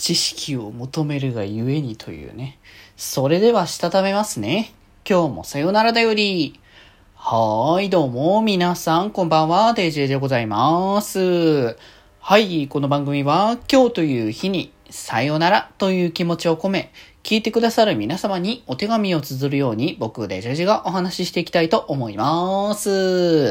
知識を求めるがゆえにというね。それではしたためますね。今日もさよならだより。はーい、どうも、皆さん、こんばんは、デジェでございます。はい、この番組は、今日という日に、さよならという気持ちを込め、聞いてくださる皆様にお手紙を綴るように、僕、デジェジがお話ししていきたいと思います。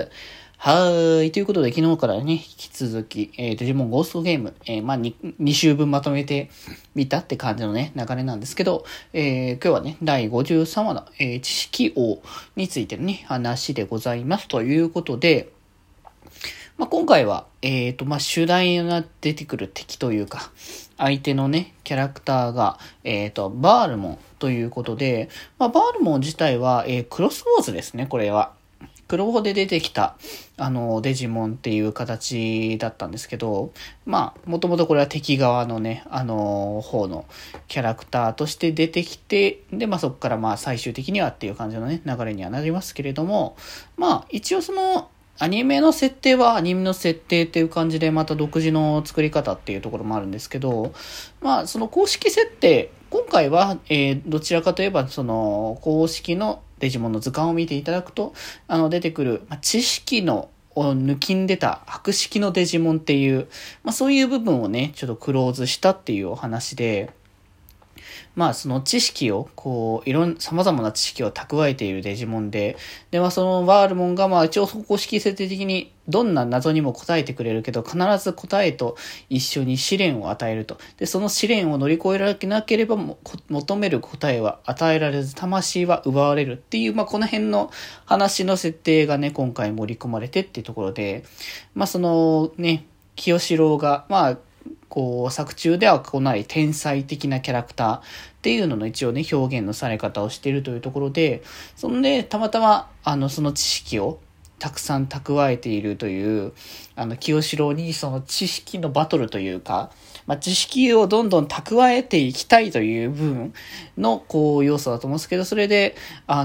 はーい。ということで、昨日からね、引き続き、デジモンゴーストゲーム、2週分まとめてみたって感じのね、流れなんですけど、今日はね、第53話の、知識王についてのね、話でございます。ということで、今回は、主題が出てくる敵というか、相手のね、キャラクターが、バールモンということで、バールモン自体は、クロスボウズですね、これは。黒穂で出てきた、デジモンっていう形だったんですけど、もともとこれは敵側のね、方のキャラクターとして出てきて、で、そこから最終的にはっていう感じのね、流れにはなりますけれども、一応その、アニメの設定はアニメの設定っていう感じでまた独自の作り方っていうところもあるんですけど、その公式設定、今回は、どちらかといえばその公式のデジモンの図鑑を見ていただくと、出てくる、知識のを抜きんでた博識のデジモンっていう、そういう部分をね、ちょっとクローズしたっていうお話で、その知識を、様々な知識を蓄えているデジモンで、そのワールモンが、一応公式設定的に、どんな謎にも答えてくれるけど、必ず答えと一緒に試練を与えると。で、その試練を乗り越えられなければ、求める答えは与えられず、魂は奪われるっていう、この辺の話の設定がね、今回盛り込まれてっていうところで、そのね、清志郎が、作中では来ない天才的なキャラクターっていうのの一応ね、表現のされ方をしているというところで、そんで、たまたま、その知識をたくさん蓄えているという、清志郎にその知識のバトルというか、知識をどんどん蓄えていきたいという部分の、要素だと思うんですけど、それで、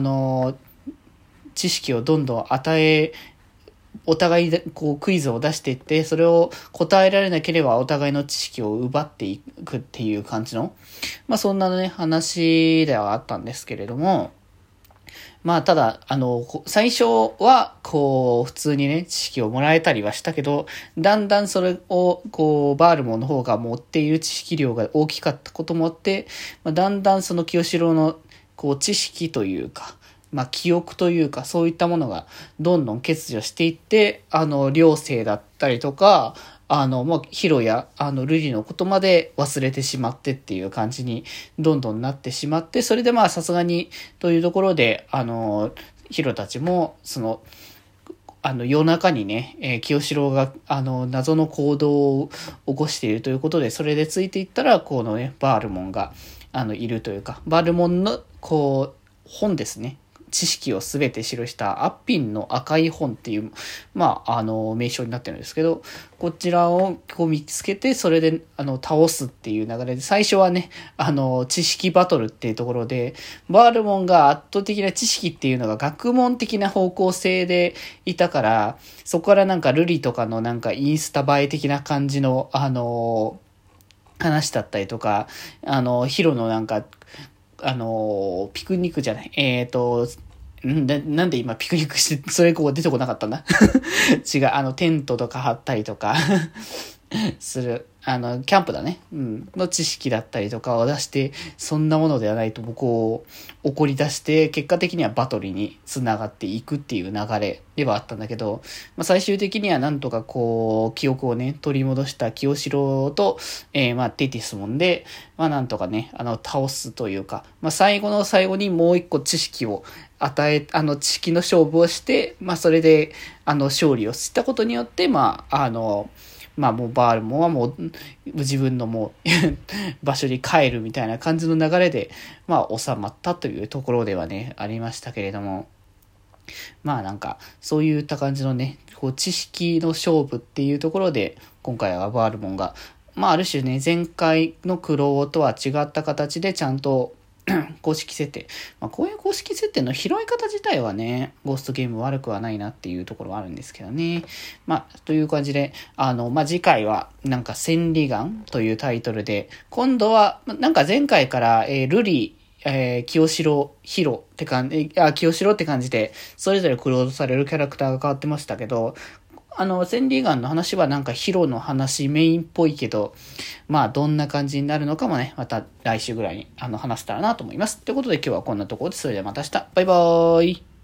知識をどんどんお互いでクイズを出していって、それを答えられなければお互いの知識を奪っていくっていう感じの、そんなね、話ではあったんですけれども、ただ、最初は、普通にね、知識をもらえたりはしたけど、だんだんそれを、バールモンの方が持っている知識量が大きかったこともあって、だんだんその清志郎の、知識というか、記憶というか、そういったものがどんどん欠如していって、寮生だったりとか、ヒロや、ルリのことまで忘れてしまってっていう感じに、どんどんなってしまって、それでさすがに、というところで、ヒロたちも、夜中にね、清志郎が、謎の行動を起こしているということで、それでついていったら、このね、バールモンが、いるというか、バールモンの、本ですね。知識をすべて記したアッピンの赤い本っていう、名称になってるんですけど、こちらを見つけて、それで、倒すっていう流れで、最初はね、知識バトルっていうところで、バールモンが圧倒的な知識っていうのが学問的な方向性でいたから、そこからルリとかのインスタ映え的な感じの、話だったりとか、ヒロのピクニックじゃない。なんで今ピクニックして、それ出てこなかったんだ違う、テントとか張ったりとかする、キャンプだね。の知識だったりとかを出して、そんなものではないと怒り出して、結果的にはバトルに繋がっていくっていう流れではあったんだけど、最終的にはなんとか記憶をね、取り戻した清志郎と、テティスモンで、なんとかね、倒すというか、最後の最後にもう一個知識を知識の勝負をして、それで、勝利をしたことによって、もうバールモンはもう自分のもう場所に帰るみたいな感じの流れで、収まったというところではね、ありましたけれども、そういった感じのね、知識の勝負っていうところで、今回はバールモンが、ある種ね、前回の苦労とは違った形でちゃんと、 公式設定。こういう公式設定の拾い方自体はね、ゴーストゲーム悪くはないなっていうところはあるんですけどね。という感じで、次回は、千里眼というタイトルで、今度は、前回から、ルリ、清志郎、ヒロって清志郎って感じで、それぞれクローズされるキャラクターが変わってましたけど、千里眼の話はヒロの話メインっぽいけど、どんな感じになるのかもね、また来週ぐらいに話せたらなと思います。ということで今日はこんなところで、それではまた明日。バイバーイ。